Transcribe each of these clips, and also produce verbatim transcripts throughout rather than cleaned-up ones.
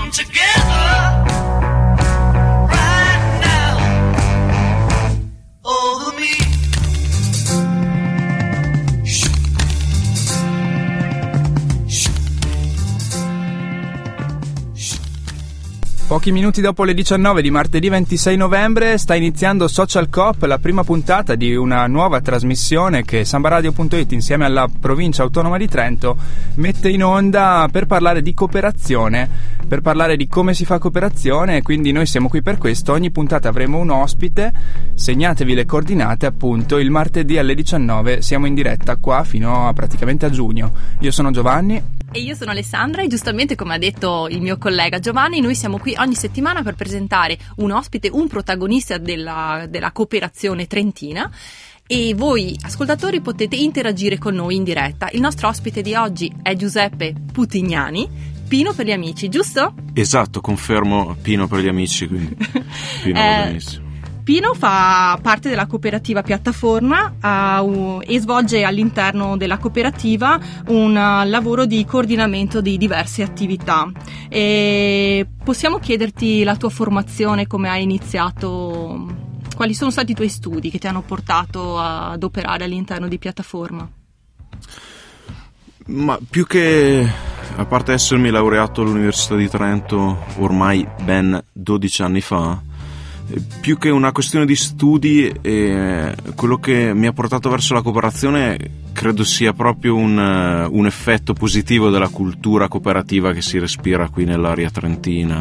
come together right now over me. Pochi minuti dopo le diciannove di martedì ventisei novembre sta iniziando Social Coop, la prima puntata di una nuova trasmissione che Samba Radio punto it insieme alla provincia autonoma di Trento mette in onda per parlare di cooperazione, per parlare di come si fa cooperazione, e quindi noi siamo qui per questo. Ogni puntata avremo un ospite, segnatevi le coordinate, appunto il martedì alle diciannove siamo in diretta qua fino a praticamente a giugno. Io sono Giovanni. E io sono Alessandra e giustamente, come ha detto il mio collega Giovanni, noi siamo qui ogni settimana per presentare un ospite, un protagonista della, della cooperazione trentina, e voi ascoltatori potete interagire con noi in diretta. Il nostro ospite di oggi è Giuseppe Putignani, Pino per gli amici, giusto? Esatto, confermo, Pino per gli amici, quindi Pino eh, va benissimo. Pino fa parte della cooperativa Piattaforma uh, e svolge all'interno della cooperativa un uh, lavoro di coordinamento di diverse attività. E possiamo chiederti la tua formazione, come hai iniziato, quali sono stati i tuoi studi che ti hanno portato ad operare all'interno di Piattaforma? Ma più che, a parte essermi laureato all'Università di Trento ormai ben dodici anni fa, più che una questione di studi, eh, quello che mi ha portato verso la cooperazione credo sia proprio un, un effetto positivo della cultura cooperativa che si respira qui nell'area trentina.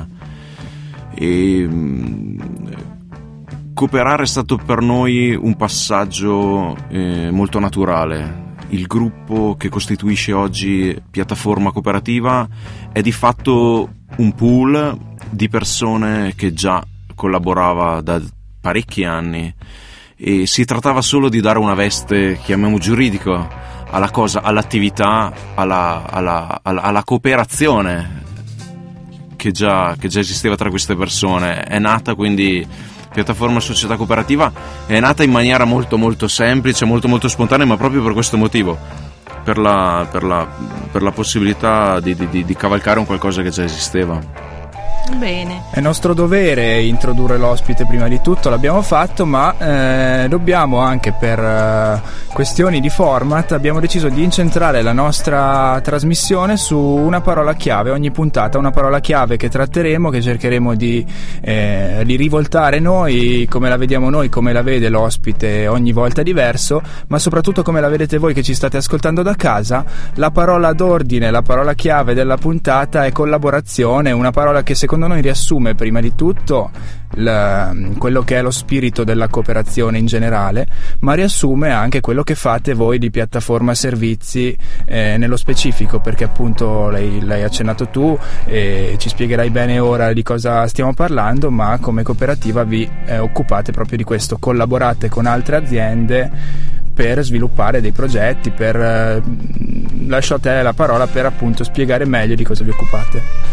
E mh, cooperare è stato per noi un passaggio eh, molto naturale. Il gruppo che costituisce oggi Piattaforma Cooperativa è di fatto un pool di persone che già collaborava da parecchi anni, e si trattava solo di dare una veste, chiamiamo giuridica, alla cosa, all'attività, alla, alla, alla, alla cooperazione che già, che già esisteva tra queste persone. È nata quindi Piattaforma Società Cooperativa, è nata in maniera molto molto semplice, molto molto spontanea, ma proprio per questo motivo, per la, per la, per la possibilità di, di, di cavalcare un qualcosa che già esisteva. Bene. È nostro dovere introdurre l'ospite prima di tutto, l'abbiamo fatto, ma eh, dobbiamo anche, per eh, questioni di format, abbiamo deciso di incentrare la nostra trasmissione su una parola chiave. Ogni puntata una parola chiave che tratteremo, che cercheremo di, eh, di rivoltare noi, come la vediamo noi, come la vede l'ospite, ogni volta diverso, ma soprattutto come la vedete voi che ci state ascoltando da casa. La parola d'ordine, la parola chiave della puntata è collaborazione, una parola che secondo noi riassume prima di tutto la, quello che è lo spirito della cooperazione in generale, ma riassume anche quello che fate voi di Piattaforma Servizi eh, nello specifico, perché appunto l'hai, l'hai accennato tu e ci spiegherai bene ora di cosa stiamo parlando, ma come cooperativa vi eh, occupate proprio di questo, collaborate con altre aziende per sviluppare dei progetti, per eh, lascio a te la parola per appunto spiegare meglio di cosa vi occupate.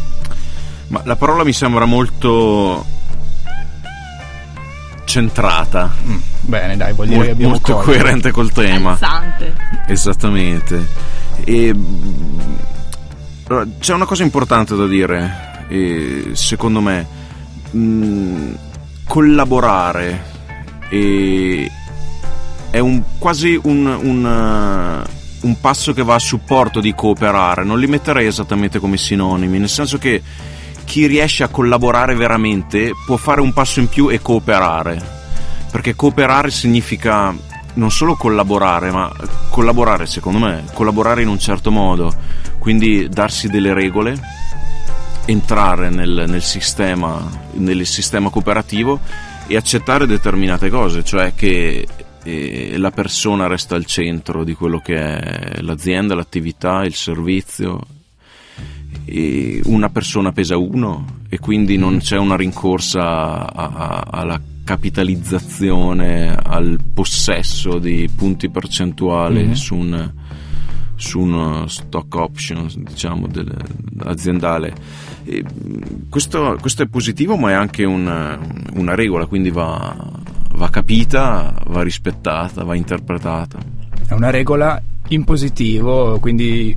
Ma la parola mi sembra molto centrata. Mm, bene, dai, vuol dire Mol, che abbiamo molto colto. coerente col tema. Calzante. Esattamente. E allora, c'è una cosa importante da dire, e, secondo me, mh, collaborare e, è un, quasi un, un un passo che va a supporto di cooperare. Non li metterei esattamente come sinonimi, nel senso che chi riesce a collaborare veramente può fare un passo in più e cooperare, perché cooperare significa non solo collaborare, ma collaborare, secondo me, collaborare in un certo modo, quindi darsi delle regole, entrare nel, nel sistema nel sistema cooperativo e accettare determinate cose, cioè che e la persona resta al centro di quello che è l'azienda, l'attività, il servizio, e una persona pesa uno e quindi non c'è una rincorsa a, a, alla capitalizzazione, al possesso di punti percentuali mm-hmm. su un su uno stock option, diciamo, del, aziendale. E questo, questo è positivo, ma è anche una, una regola, quindi va, va capita, va rispettata, va interpretata. È una regola in positivo, quindi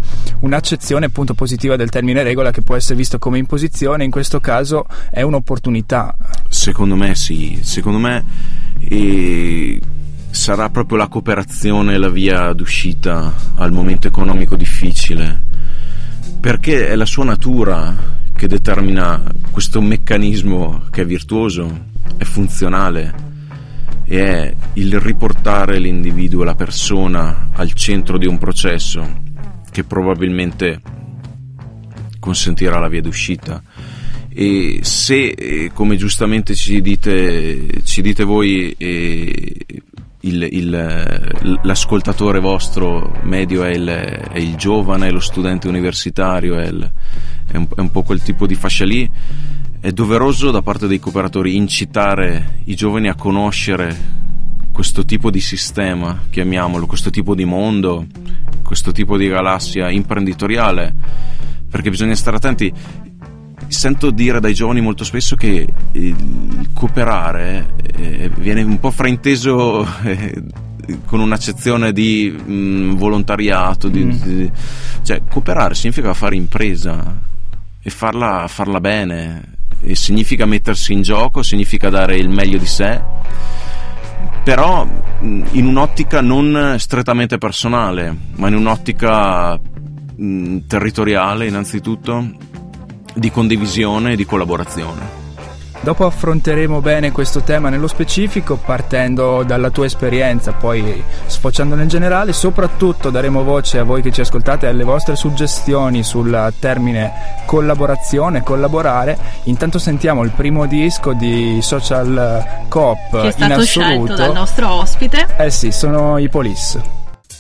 un'accezione appunto positiva del termine regola, che può essere visto come imposizione. In questo caso è un'opportunità. Secondo me sì, secondo me eh, sarà proprio la cooperazione la via d'uscita al momento economico difficile, perché è la sua natura che determina questo meccanismo che è virtuoso, è funzionale, e è il riportare l'individuo, la persona al centro di un processo che probabilmente consentirà la via d'uscita. E se, come giustamente ci dite, ci dite voi, eh, il, il, l'ascoltatore vostro medio è il, è il giovane, è lo studente universitario, è, il, è, un, è un po' quel tipo di fascia lì, è doveroso da parte dei cooperatori incitare i giovani a conoscere questo tipo di sistema, chiamiamolo, questo tipo di mondo, questo tipo di galassia imprenditoriale, perché bisogna stare attenti. Sento dire dai giovani molto spesso che il cooperare eh, viene un po' frainteso eh, con un'accezione di mh, volontariato, di, mm. di, cioè cooperare significa fare impresa e farla, farla bene, e significa mettersi in gioco, significa dare il meglio di sé, però mh, in un'ottica non strettamente personale, ma in un'ottica mh, territoriale innanzitutto, di condivisione e di collaborazione. Dopo affronteremo bene questo tema nello specifico, partendo dalla tua esperienza, poi sfociando nel generale. Soprattutto daremo voce a voi che ci ascoltate e alle vostre suggestioni sul termine collaborazione, collaborare. Intanto sentiamo il primo disco di Social Coop, che è stato in assoluto scelto dal nostro ospite. Eh sì, sono i Police.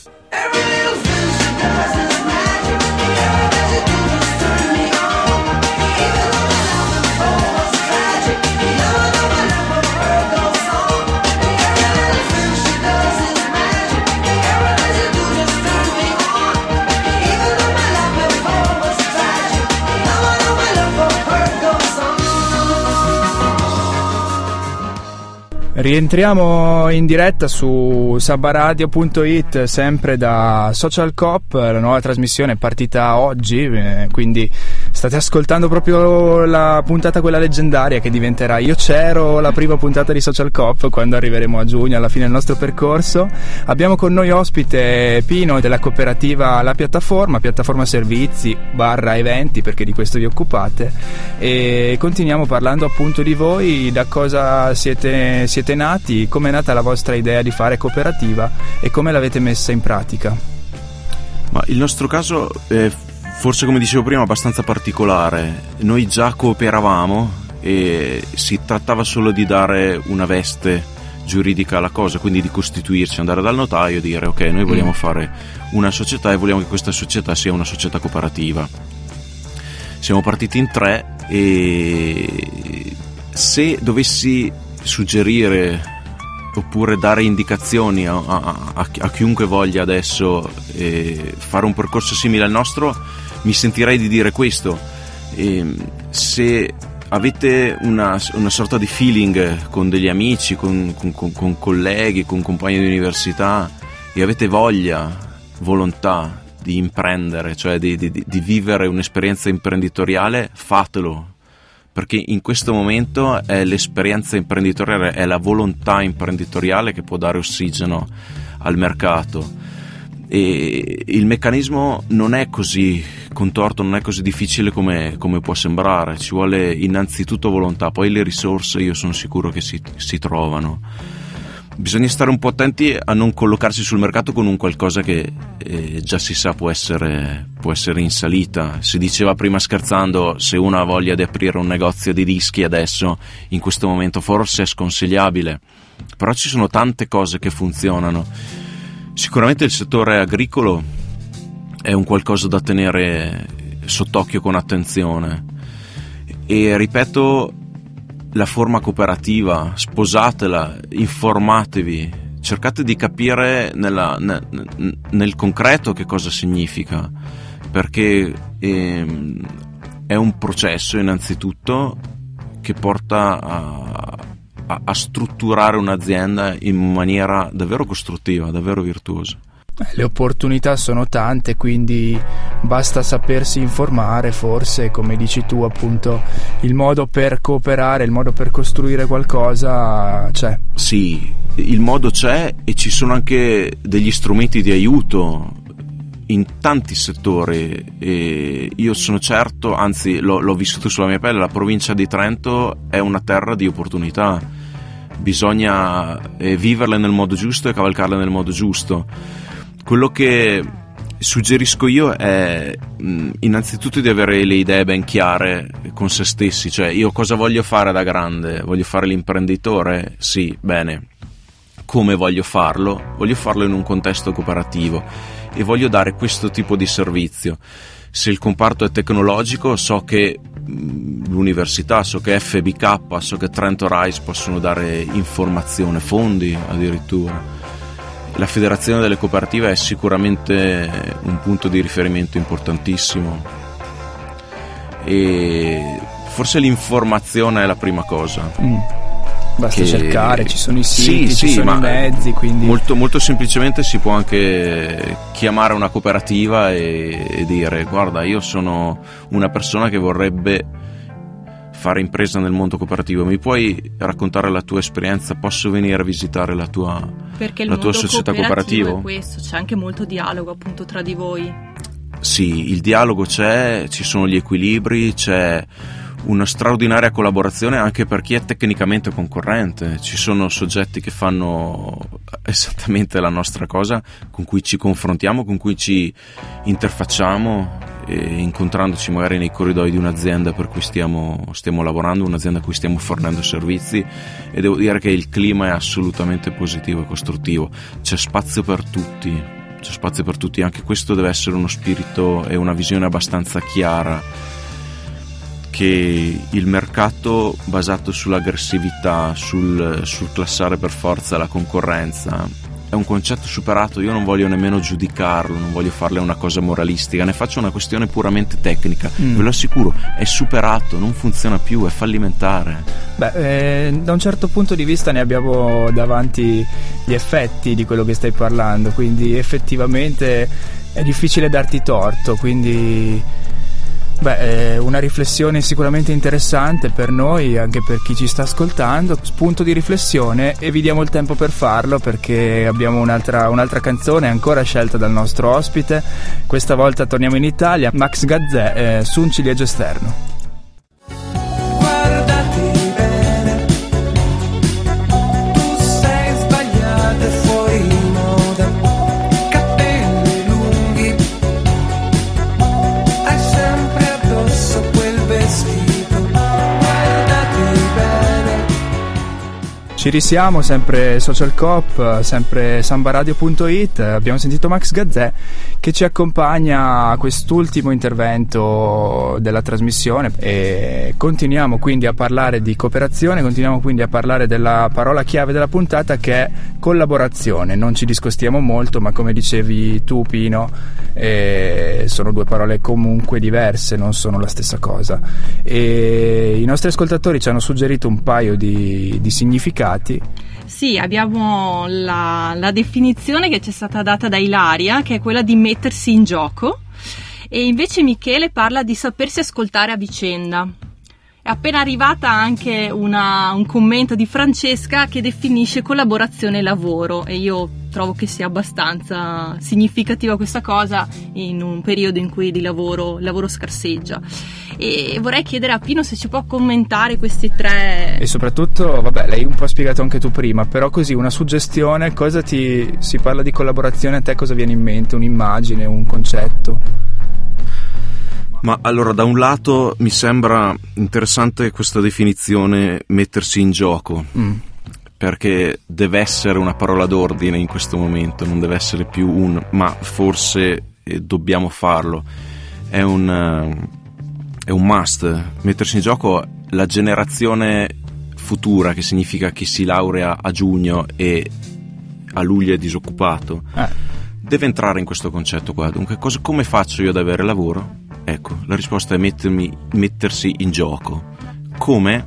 Rientriamo in diretta su sabaradio punto it, sempre da Social Coop. La nuova trasmissione è partita oggi, eh, quindi state ascoltando proprio la puntata quella leggendaria che diventerà Io c'ero, la prima puntata di Social Coop, quando arriveremo a giugno, alla fine del nostro percorso. Abbiamo con noi ospite Pino della cooperativa La Piattaforma, piattaforma servizi barra eventi, perché di questo vi occupate, e continuiamo parlando appunto di voi, da cosa siete, siete nati, come è nata la vostra idea di fare cooperativa e come l'avete messa in pratica. Ma il nostro caso è, forse come dicevo prima, abbastanza particolare. Noi già cooperavamo e si trattava solo di dare una veste giuridica alla cosa, quindi di costituirci, andare dal notaio e dire ok, noi vogliamo mm. fare una società e vogliamo che questa società sia una società cooperativa. Siamo partiti in tre e se dovessi suggerire oppure dare indicazioni a, a, a, a chiunque voglia adesso eh, fare un percorso simile al nostro, mi sentirei di dire questo: eh, se avete una, una sorta di feeling con degli amici, con, con, con, con colleghi, con compagni di università, e avete voglia, volontà di imprendere, cioè di, di, di vivere un'esperienza imprenditoriale, fatelo. Perché in questo momento è l'esperienza imprenditoriale, è la volontà imprenditoriale che può dare ossigeno al mercato. E il meccanismo non è così contorto, non è così difficile come, come può sembrare. Ci vuole innanzitutto volontà, poi le risorse io sono sicuro che si, si trovano. Bisogna stare un po' attenti a non collocarsi sul mercato con un qualcosa che eh, già si sa può essere, può essere in salita. Si diceva prima scherzando, se uno ha voglia di aprire un negozio di dischi adesso, in questo momento forse è sconsigliabile, però ci sono tante cose che funzionano. Sicuramente il settore agricolo è un qualcosa da tenere sott'occhio con attenzione e, ripeto, la forma cooperativa, sposatela, informatevi, cercate di capire nella, nel, nel concreto che cosa significa, perché ehm, è un processo innanzitutto che porta a, a, a strutturare un'azienda in maniera davvero costruttiva, davvero virtuosa. Le opportunità sono tante, quindi basta sapersi informare, forse, come dici tu, appunto, il modo per cooperare, il modo per costruire qualcosa c'è. Sì, il modo c'è e ci sono anche degli strumenti di aiuto in tanti settori, e io sono certo, anzi l'ho, l'ho vissuto sulla mia pelle, la provincia di Trento è una terra di opportunità, bisogna eh, viverle nel modo giusto e cavalcarle nel modo giusto. Quello che suggerisco io è mh, innanzitutto di avere le idee ben chiare con se stessi, cioè io cosa voglio fare da grande? Voglio fare l'imprenditore? Sì, bene. Come voglio farlo? Voglio farlo in un contesto cooperativo e voglio dare questo tipo di servizio. Se il comparto è tecnologico, so che mh, l'università, so che F B K, so che Trento Rise possono dare informazione, fondi addirittura. La federazione delle cooperative è sicuramente un punto di riferimento importantissimo e forse l'informazione è la prima cosa. Mm. Basta che... cercare, ci sono i siti, sì, ci sì, sono i mezzi, quindi molto, molto semplicemente si può anche chiamare una cooperativa e, e dire: guarda, io sono una persona che vorrebbe fare impresa nel mondo cooperativo, mi puoi raccontare la tua esperienza? Posso venire a visitare la tua, Perché la tua società cooperativa? È questo, c'è anche molto dialogo appunto tra di voi. Sì, il dialogo c'è, ci sono gli equilibri, c'è una straordinaria collaborazione anche per chi è tecnicamente concorrente. Ci sono soggetti che fanno esattamente la nostra cosa, con cui ci confrontiamo, con cui ci interfacciamo, e incontrandoci magari nei corridoi di un'azienda per cui stiamo, stiamo lavorando, un'azienda a cui stiamo fornendo servizi, e devo dire che il clima è assolutamente positivo e costruttivo. C'è spazio per tutti, c'è spazio per tutti, anche questo deve essere uno spirito e una visione abbastanza chiara, che il mercato basato sull'aggressività, sul, sul classare per forza la concorrenza è un concetto superato. Io non voglio nemmeno giudicarlo, non voglio farle una cosa moralistica, ne faccio una questione puramente tecnica. Mm. Ve lo assicuro, è superato, non funziona più, è fallimentare. Beh, eh, da un certo punto di vista ne abbiamo davanti gli effetti di quello che stai parlando, quindi effettivamente è difficile darti torto, quindi beh, una riflessione sicuramente interessante per noi, anche per chi ci sta ascoltando, spunto di riflessione, e vi diamo il tempo per farlo perché abbiamo un'altra, un'altra canzone ancora scelta dal nostro ospite. Questa volta torniamo in Italia, Max Gazzè, eh, su un ciliegio esterno. Ci risiamo, sempre Social Coop, sempre sambaradio punto it. Abbiamo sentito Max Gazzè che ci accompagna a quest'ultimo intervento della trasmissione, e continuiamo quindi a parlare di cooperazione, continuiamo quindi a parlare della parola chiave della puntata, che è collaborazione. Non ci discostiamo molto, ma come dicevi tu, Pino, eh, sono due parole comunque diverse, non sono la stessa cosa, e i nostri ascoltatori ci hanno suggerito un paio di, di significati. Sì, abbiamo la, la definizione che ci è stata data da Ilaria, che è quella di mettersi in gioco, e invece Michele parla di sapersi ascoltare a vicenda. È appena arrivata anche una, un commento di Francesca che definisce collaborazione e lavoro, e io trovo che sia abbastanza significativa questa cosa in un periodo in cui di lavoro, il lavoro scarseggia. E vorrei chiedere a Pino se ci può commentare questi tre. E soprattutto, vabbè, lei un po' ha spiegato anche tu prima, però così una suggestione: cosa ti si parla di collaborazione, a te cosa viene in mente? Un'immagine, un concetto? Ma allora, da un lato mi sembra interessante questa definizione, mettersi in gioco, mm. perché deve essere una parola d'ordine in questo momento, non deve essere più un ma forse eh, dobbiamo farlo, è un, uh, è un must. Mettersi in gioco, la generazione futura, che significa chi si laurea a giugno e a luglio è disoccupato, eh. deve entrare in questo concetto qua. Dunque, cosa, come faccio io ad avere lavoro? Ecco, la risposta è mettermi, mettersi in gioco. Come?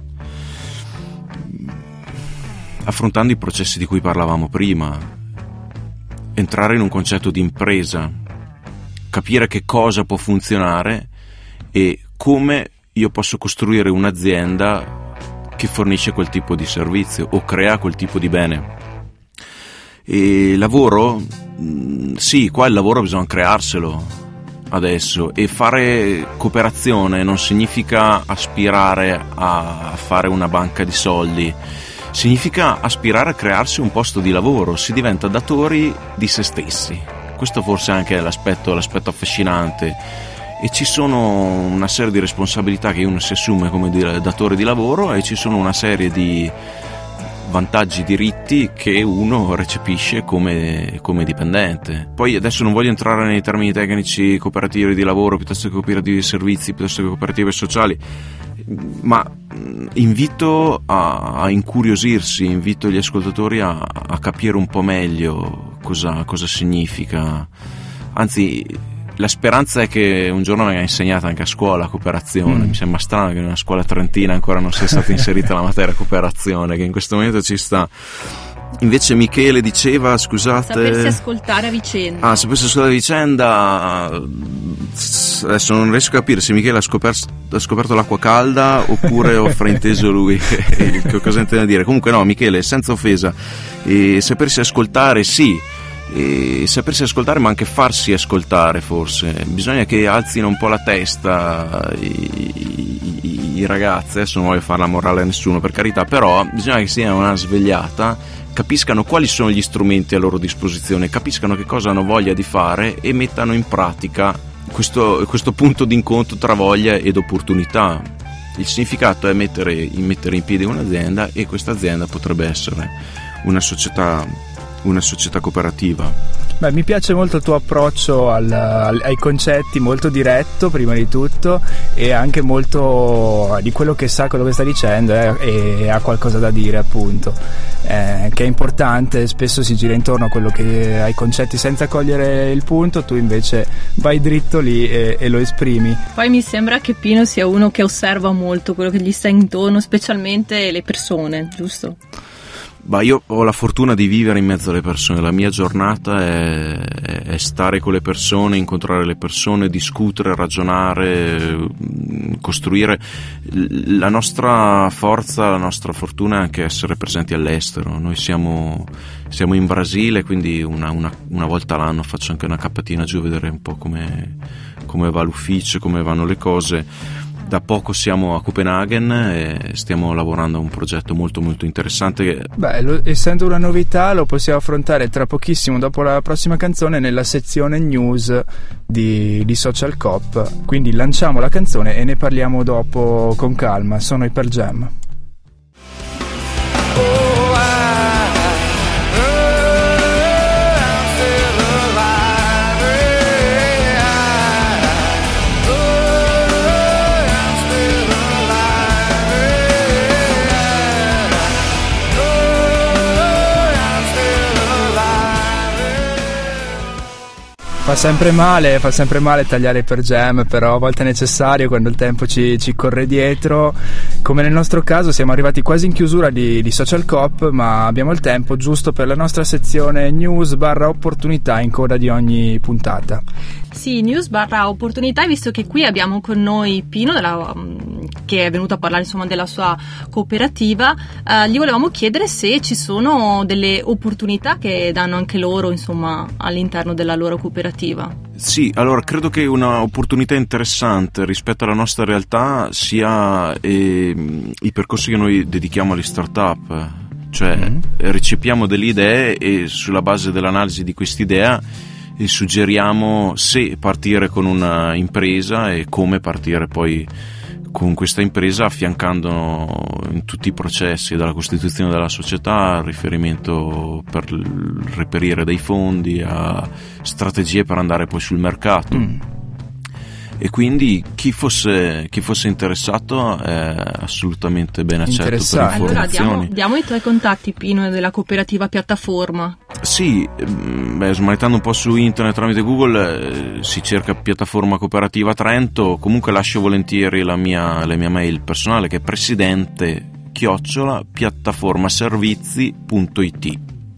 Affrontando i processi di cui parlavamo prima, entrare in un concetto di impresa, capire che cosa può funzionare e come io posso costruire un'azienda che fornisce quel tipo di servizio o crea quel tipo di bene. E lavoro? Sì, qua il lavoro bisogna crearselo adesso, e fare cooperazione non significa aspirare a fare una banca di soldi, significa aspirare a crearsi un posto di lavoro, si diventa datori di se stessi. Questo forse anche è l'aspetto, l'aspetto affascinante, e ci sono una serie di responsabilità che uno si assume come datore di lavoro, e ci sono una serie di vantaggi, diritti che uno recepisce come, come dipendente. Poi adesso non voglio entrare nei termini tecnici, cooperative di lavoro piuttosto che cooperative di servizi piuttosto che cooperative sociali, ma invito a, a incuriosirsi, invito gli ascoltatori a, a capire un po' meglio cosa, cosa significa. Anzi, la speranza è che un giorno venga insegnata anche a scuola cooperazione. Mm. Mi sembra strano che in una scuola trentina ancora non sia stata inserita la materia cooperazione, che in questo momento ci sta. Invece Michele diceva, scusate, sapersi ascoltare a vicenda. Ah, sapersi ascoltare a vicenda. Adesso non riesco a capire se Michele ha scoperto, ha scoperto l'acqua calda oppure ho frainteso lui che cosa intende dire. Comunque no, Michele, senza offesa, e sapersi ascoltare sì, e sapersi ascoltare ma anche farsi ascoltare. Forse bisogna che alzino un po' la testa i, i, i ragazzi. Adesso non voglio fare la morale a nessuno, per carità, però bisogna che sia una svegliata, capiscano quali sono gli strumenti a loro disposizione, capiscano che cosa hanno voglia di fare e mettano in pratica questo, questo punto d'incontro tra voglia ed opportunità. Il significato è mettere, mettere in piedi un'azienda, e questa azienda potrebbe essere una società una società cooperativa. Beh, mi piace molto il tuo approccio al, al, ai concetti, molto diretto prima di tutto, e anche molto di quello che sa, quello che sta dicendo, eh, e ha qualcosa da dire, appunto, eh, che è importante. Spesso si gira intorno a quello che ai concetti senza cogliere il punto, tu invece vai dritto lì e, e lo esprimi. Poi mi sembra che Pino sia uno che osserva molto quello che gli sta intorno, specialmente le persone, giusto? Bah, io ho la fortuna di vivere in mezzo alle persone. La mia giornata è, è stare con le persone, incontrare le persone, discutere, ragionare, costruire. La nostra forza, la nostra fortuna è anche essere presenti all'estero. Noi siamo, siamo in Brasile, quindi una, una, una volta l'anno faccio anche una cappatina giù a vedere un po' come, come va l'ufficio, come vanno le cose. Da poco siamo a Copenaghen e stiamo lavorando a un progetto molto molto interessante. Beh, lo, essendo una novità, lo possiamo affrontare tra pochissimo, dopo la prossima canzone, nella sezione news di, di Social Coop. Quindi lanciamo la canzone e ne parliamo dopo con calma. Sono i Pearl Jam. Fa sempre male, fa sempre male tagliare per Jam, però a volte è necessario quando il tempo ci, ci corre dietro. Come nel nostro caso siamo arrivati quasi in chiusura di, di Social Coop, ma abbiamo il tempo giusto per la nostra sezione news barra opportunità in coda di ogni puntata. Sì, news barra opportunità, visto che qui abbiamo con noi Pino della, che è venuto a parlare insomma della sua cooperativa. Eh, gli volevamo chiedere se ci sono delle opportunità che danno anche loro insomma all'interno della loro cooperativa. Sì, allora credo che una opportunità interessante rispetto alla nostra realtà sia eh, i percorsi che noi dedichiamo alle start-up, cioè mm-hmm. recepiamo delle idee e sulla base dell'analisi di quest'idea e suggeriamo se partire con una impresa e come partire poi con questa impresa, affiancando in tutti i processi, dalla costituzione della società, al riferimento per reperire dei fondi, a strategie per andare poi sul mercato. Mm. E quindi chi fosse, chi fosse interessato è assolutamente ben accetto per informazioni. Allora diamo, diamo i tuoi contatti, Pino, della cooperativa Piattaforma. Sì, beh, smanettando un po' su internet tramite Google eh, si cerca Piattaforma Cooperativa Trento. Comunque lascio volentieri la mia, la mia mail personale, che è presidente chiocciola piattaformaservizi punto it.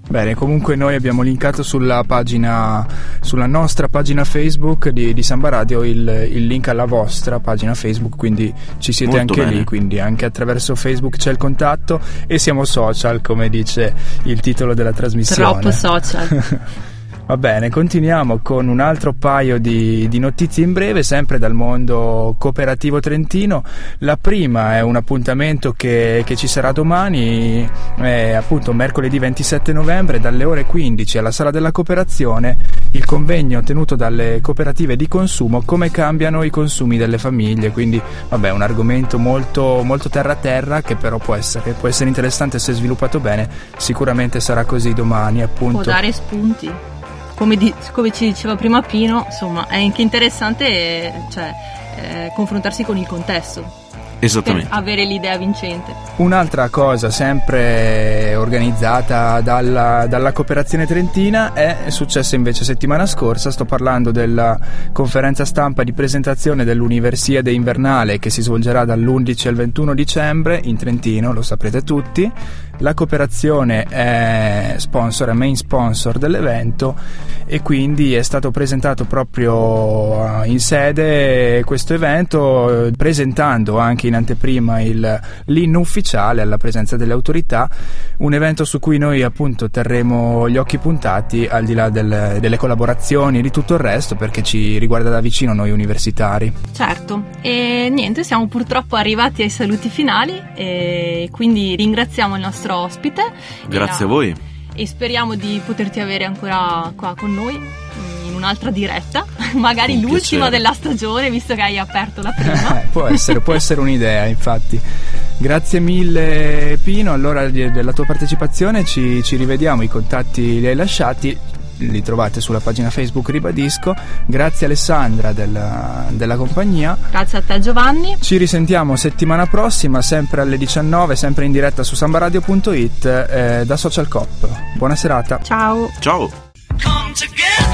Bene, comunque noi abbiamo linkato sulla pagina, sulla nostra pagina Facebook di, di Samba Radio il, il link alla vostra pagina Facebook, quindi ci siete Molto anche bene. lì, quindi anche attraverso Facebook c'è il contatto e siamo social, come dice il titolo della trasmissione. Troppo social. Va bene, continuiamo con un altro paio di, di notizie in breve, sempre dal mondo cooperativo trentino. La prima è un appuntamento che, che ci sarà domani, è appunto mercoledì ventisette novembre, dalle ore quindici alla Sala della Cooperazione, il convegno tenuto dalle cooperative di consumo, come cambiano i consumi delle famiglie. Quindi vabbè, un argomento molto, molto terra a terra, che però può essere, può essere interessante se sviluppato bene. Sicuramente sarà così domani, appunto. Può dare spunti. Come, di, come ci diceva prima Pino, insomma, è anche interessante, cioè, eh, confrontarsi con il contesto. Esattamente. Per avere l'idea vincente. Un'altra cosa sempre organizzata dalla, dalla Cooperazione Trentina è successa invece settimana scorsa. Sto parlando della conferenza stampa di presentazione dell'Universiade Invernale, che si svolgerà dall'undici al ventuno dicembre in Trentino, lo saprete tutti. La Cooperazione è sponsor, è main sponsor dell'evento, e quindi è stato presentato proprio in sede questo evento, presentando anche in anteprima il, l'inno ufficiale alla presenza delle autorità. Un evento su cui noi appunto terremo gli occhi puntati, al di là del, delle collaborazioni e di tutto il resto, perché ci riguarda da vicino noi universitari. Certo, e niente, siamo purtroppo arrivati ai saluti finali, e quindi ringraziamo il nostro ospite. Grazie a voi. E speriamo di poterti avere ancora qua con noi in un'altra diretta, magari Un l'ultima piacere. della stagione, visto che hai aperto la prima. può essere, può essere un'idea, infatti. Grazie mille Pino, allora della tua partecipazione, ci, ci rivediamo, i contatti li hai lasciati, li trovate sulla pagina Facebook, ribadisco. Grazie Alessandra della, della compagnia. Grazie a te Giovanni. Ci risentiamo settimana prossima, sempre alle diciannove, sempre in diretta su sambaradio punto it, eh, da Social Coop. Buona serata. Ciao. Ciao.